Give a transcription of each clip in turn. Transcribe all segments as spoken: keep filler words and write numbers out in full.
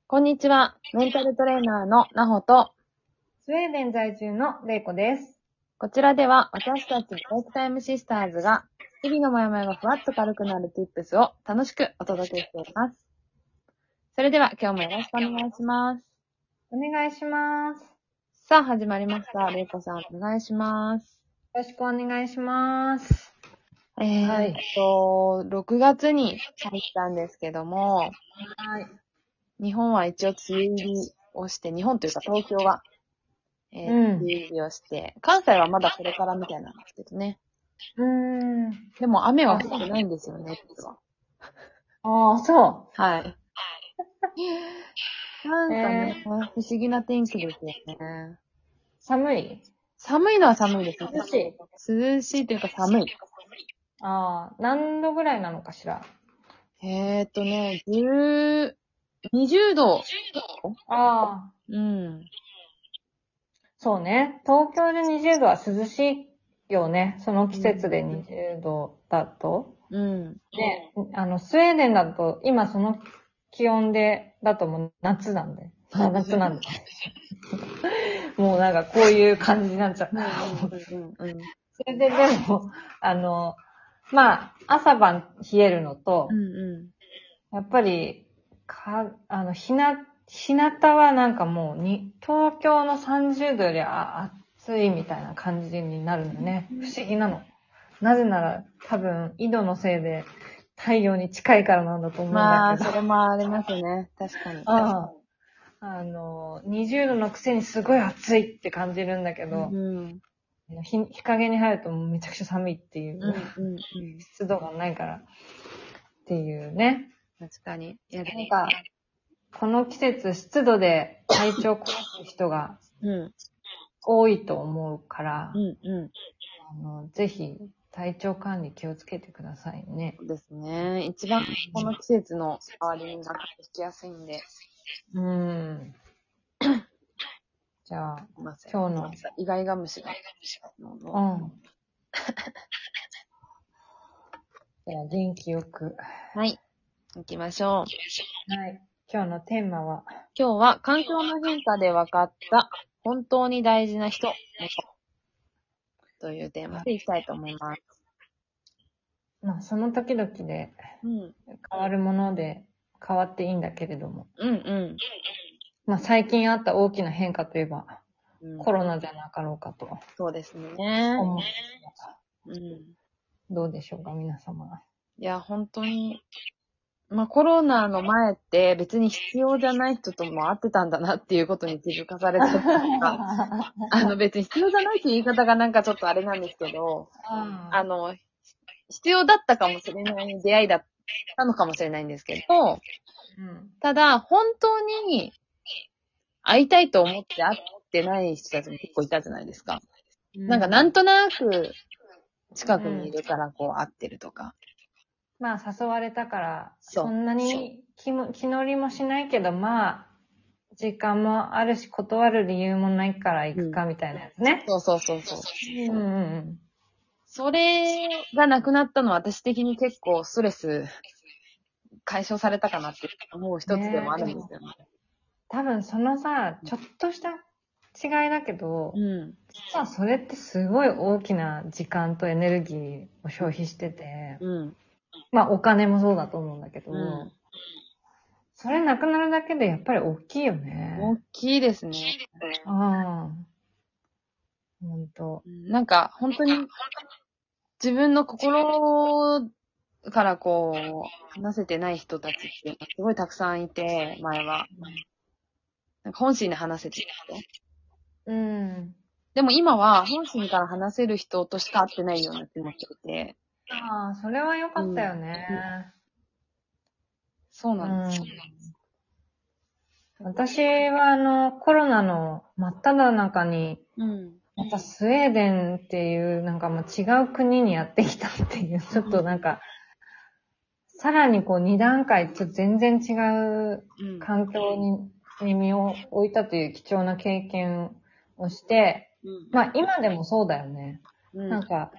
こんにちは。メンタルトレーナーのなほと、 スウェーデン在住のれいこです。 こちらでは私たちブレイクタイムシスターズが、日々のモヤモヤがふわっと軽くなる Tips を楽しくお届けしています。それでは今日もよろしくお願いします。 お願いします。 さあ始まりました。れいこさんお願いします。 よろしくお願いします。 えーはいと、ろくがつに入ったんですけども、 はい。 日本は一応梅雨入りをして、日本というか東京は、えーうん梅雨入りをして、関西はまだこれからみたいなんですけどね。 うーん。 でも雨は降ってないんですよね、実は。 ああ、そはい。なんかね、 え不思議な天気ですよね。 寒い寒いのは寒いですね。 涼しい涼しいというか寒い。 ああ、何度ぐらいなのかしら。 えーっとね、じゅう、にじゅうど。 ああ、 うん。 そうね。東京でにじゅうどは涼しいよね。その季節でにじゅうどだと。 うん。 ね、あの、スウェーデンだと、今その気温で、だともう夏なんで。あ、夏なんで。もうなんかこういう感じになっちゃった。 うんうんうん。 それででも、あの、まあ、朝晩冷えるのと、 うんうやっぱり、か、あの、ひな、日向はなんかもうに、東京のさんじゅうどよりあ暑いみたいな感じになるのね。不思議なの。なぜなら多分、緯度のせいで太陽に近いからなんだと思ん。 うんだまあ、 けど。 それもありますね。確かに。 ああ。あの、にじゅうどのくせにすごい暑いって感じるんだけど、 うん日日陰に入るともうめちゃくちゃ寒いっていう、 うんうんうん。 湿度がないからっていうね。 確かに。いや、 なんか、この季節湿度で体調壊す人がうん。 多いと思うから、 うんうあの、ぜひ体調管理気をつけてくださいね。 ん。ですね。一番この季節の変わりにがかりしやすいんで。 うーん。じゃあ、 すいません。 今日の、 イガイガムシが。 うん。じゃあ、元気よく。 はい。行きましょう。 はい。今日のテーマは、 今日は環境の変化で分かった本当に大事な人というテーマでいきたいと思います。 まあ、その時々でうん。 変わるもので変わっていいんだけれども。 うんうん。 まあ、最近あった大きな変化といえば、 うん、 コロナじゃなかろうかとそうですね。 思う。 うん。 どうでしょうか、皆様。 いや、本当に、まあコロナの前って別に必要じゃない人とも会ってたんだなっていうことに気づかされたというか、あの別に必要じゃないっていう言い方がなんかちょっとあれなんですけど、あの、必要だったかもしれない出会いだったのかもしれないんですけど、 うん、 ただ、本当に会いたいと思って会ってない人たちも結構いたじゃないですか。なんかなんとなく近くにいるからこう会ってるとか。 まあ、誘われたから、 そうそんなに気も気乗りもしないけど、まあ、時間もあるし、断る理由もないから行くか、みたいなやつね。 そうそうそうそう。 うんうんうん。 それがなくなったのは私的に結構ストレス解消されたかなって思う一つでもあるんですよね。 多分そのさ、ちょっとした違いだけど、 うん。 実はそれってすごい大きな時間とエネルギーを消費してて、 うん。 まあお金もそうだと思うんだけど、 うんそれなくなるだけでやっぱり大きいよね。 大きいですね。 ああ。ほんと。 なんか本当に自分の心からこう話せてない人たちっていうのがすごいたくさんいて、前は。なんか本心で話せてる人。 うん。 でも今は本心から話せる人としか会ってないような気持ちでいて。 ああ、それは良かったよね。 そうなんです。 うん。私はあの、コロナの真っ只中に、 うん。 またスウェーデンっていうなんかもう違う国にやってきたっていう、ちょっとなんか、さらにこう二段階ちょっと全然違ううん。 環境に、に身を置いたという貴重な経験をして、 うん。 まあ今でもそうだよね。 うん。 なんか、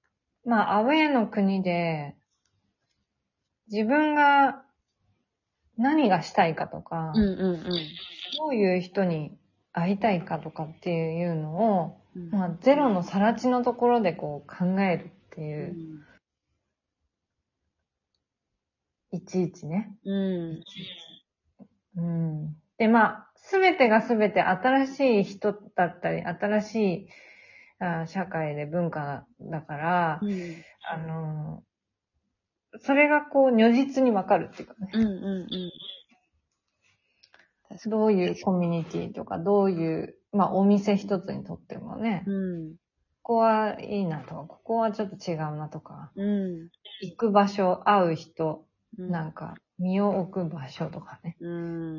まあアウェーの国で、自分が何がしたいかとか、 うんうんうん。 どういう人に会いたいかとかっていうのを、 うんまあ、ゼロのさら地のところでこう考えるっていう、いちいちね。 うん。 うん。で、まあ、すべてがすべて新しい人だったり、新しいあ社会で文化だから、 うん。 あの、それがこう如実にわかるっていうかね。 うんうんうん。確かどういうコミュニティとか、どういう、まあお店一つにとってもね、 に。うん。 ここはいいなとか、ここはちょっと違うなとか、 うん。 行く場所、会う人、 うんなんか、身を置く場所とかね。 うん。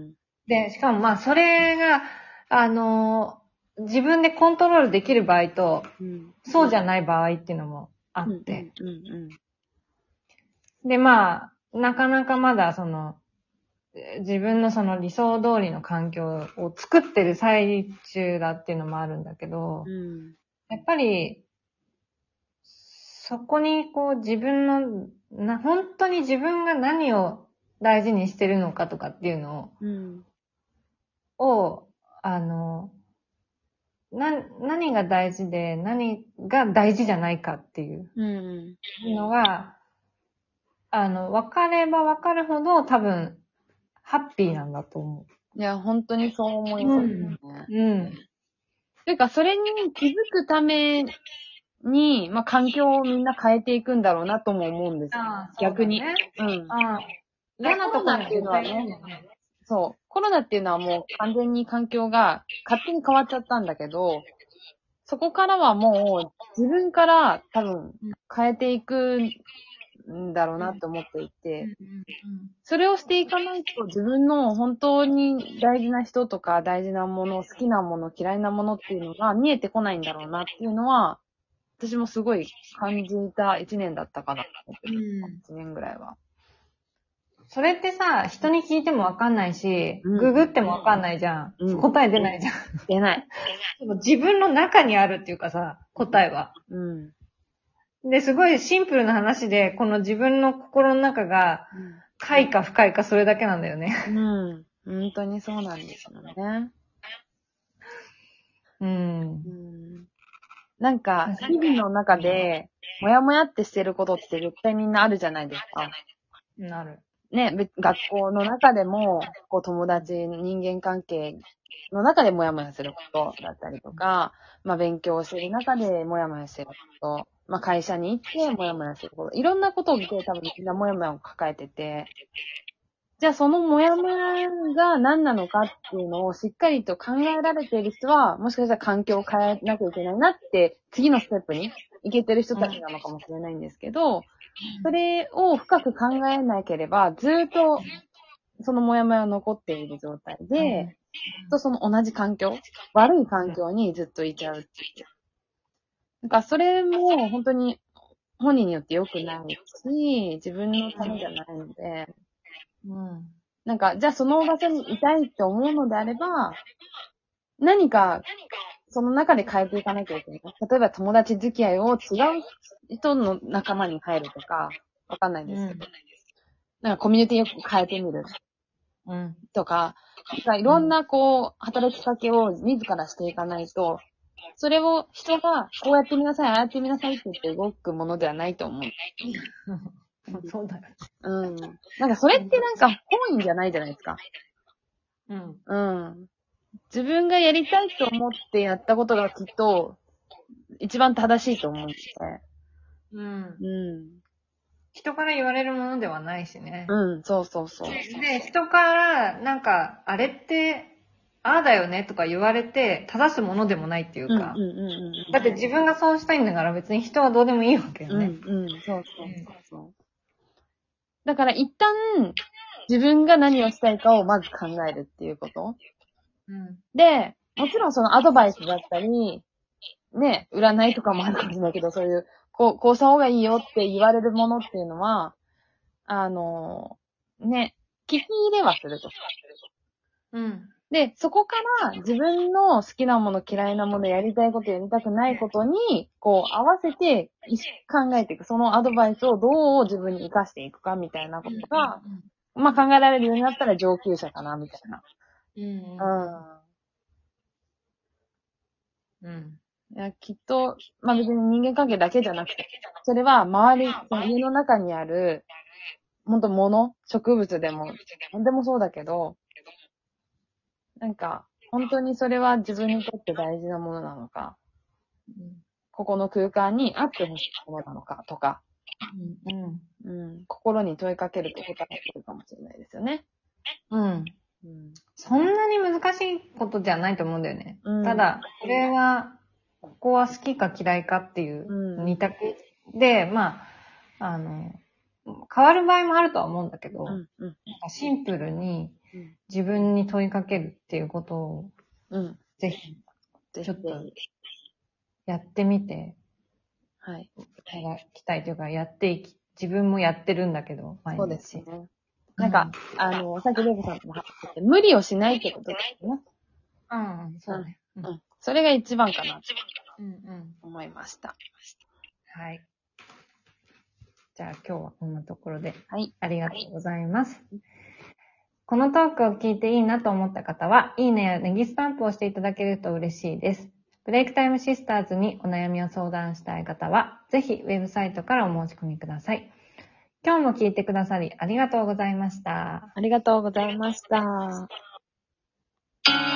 で、しかもまあそれが、あの、自分でコントロールできる場合と、 うん。 そうじゃない場合っていうのもあって。 うんうんで、まあ、なかなかまだその、自分のその理想通りの環境を作ってる最中だっていうのもあるんだけど、 うん。 やっぱり、そこにこう自分の、な、本当に自分が何を大事にしてるのかとかっていうのうん。 を、をあの、な、何が大事で何が大事じゃないかっていううん。 のが、あの、分かれば分かるほど多分、ハッピーなんだと思いや、本当にそう思う。 いますん。 ね。 うん。 ていうか、それに気づくために、まあ、環境をみんな変えていくんだろうなとも思うんですよ。 ああ、 逆に。 そうだね。 うん。 ああ。嫌なところには絶対いるんだよね。 そう。コロナっていうのはもう完全に環境が勝手に変わっちゃったんだけど、そこからはもう自分から多分変えていくんだろうなって思っていて、それをしていかないと自分の本当に大事な人とか大事なもの、好きなもの、嫌いなものっていうのが見えてこないんだろうなっていうのは、私もすごい感じた一年だったかなと思ってる。一年ぐらいは。 それってさ、人に聞いてもわかんないし、 うんググってもわかんないじゃん。 うん答え出ないじゃん。 出ない。 でも自分の中にあるっていうかさ、答えは。 うん。 で、すごいシンプルな話で、この自分の心の中が、快か不快かそれだけなんだよね。 うん。本当にそうなんですよね。 うん。 うん。なんか、日々の中で、もやもやってしてることって絶対みんなあるじゃないですか。 なる。 ね、べ学校の中でも、こう友達、人間関係の中でもやもやすることだったりとか、まあ勉強してる中でもやもやしてること、まあ会社に行ってもやもやすること、いろんなことで多分みんなもやもやを抱えてて、じゃあそのもやもやが何なのかっていうのをしっかりと考えられている人は、もしかしたら環境を変えなきゃいけないなって、次のステップに行けてる人たちなのかもしれないんですけど、それを深く考えなければ、ずっとそのもやもやが残っている状態で、ずっとその同じ環境、悪い環境にずっといちゃうっていう。なんかそれも本当に本人によって良くないし、自分のためじゃないので、 うん。 なんか、じゃあその場所にいたいって思うのであれば、何か、その中で変えていかなきゃいけない。例えば友達付き合いを違う人の仲間に入るとか、わかんないんですけど、なんかコミュニティを変えてみるうん。 とか、なんかいろんなこう、働きかけを自らしていかないと、それを人がこうやってみなさい、ああやってみなさいって言って動くものではないと思う。 そうだよ。 うん。なんかそれってなんか本意じゃないじゃないですか。 うん。 うん。自分がやりたいと思ってやったことがきっと一番正しいと思うんですね。 うん。 うん。 人から言われるものではないしね。 うん、そうそうそう。 で、人から、なんか、あれって、ああだよねとか言われて、正すものでもないっていうか。 うんうんうんうん。 だって自分がそうしたいんだから別に人はどうでもいいわけよね。 うんうん、そうそうそうそう。だから一旦自分が何をしたいかをまず考えるっていうこと。 うん。 で、もちろんそのアドバイスだったり、ね、占いとかもあるかもしれないけど、そういう、こう、こうした方がいいよって言われるものっていうのは、あの、ね、聞き入れはすると。 うん。 で、そこから自分の好きなもの、嫌いなもの、やりたいこと、やりたくないことに、こう、合わせて考えていく。そのアドバイスをどう自分に活かしていくかみたいなことが、 まあ考えられるようになったら上級者かな、みたいな。 うん。 うん。 うん。 いや、きっと、まあ別に人間関係だけじゃなくて、それは周り、その家の中にある、ほんと物、植物でも、なんでもそうだけど、なんか、本当にそれは自分にとって大事なものなのか、ここの空間にあってほしいものなのかとか、 うん。 うん、心に問いかけると答えてるかもしれないですよね。 うん。 うん。 そんなに難しいことじゃないと思うんだよね。 うん、 ただ、これは、ここは好きか嫌いかっていう二択で、まあ、あの、変わる場合もあるとは思うんだけど、 うん、うん、 シンプルにうん、 自分に問いかけるっていうことを、 うん。 ぜひ、 ぜひちょっとぜひ。 やってみてはい。 いただきたいというか、やっていき、自分もやってるんだけど、毎日。 そうですね。なんか、あの、さっきレイコさんとも話してて、無理をしないってことですよね。 うん、うん、そうね。 うん。それが一番かなとうん、うん。 思いました。 はい。じゃあ今日はこんなところで、 はい。 ありがとうございます。このトークを聞いていいなと思った方は、いいねやネギスタンプをしていただけると嬉しいです。ブレイクタイムシスターズにお悩みを相談したい方は、ぜひウェブサイトからお申し込みください。今日も聞いてくださりありがとうございました。 ありがとうございました。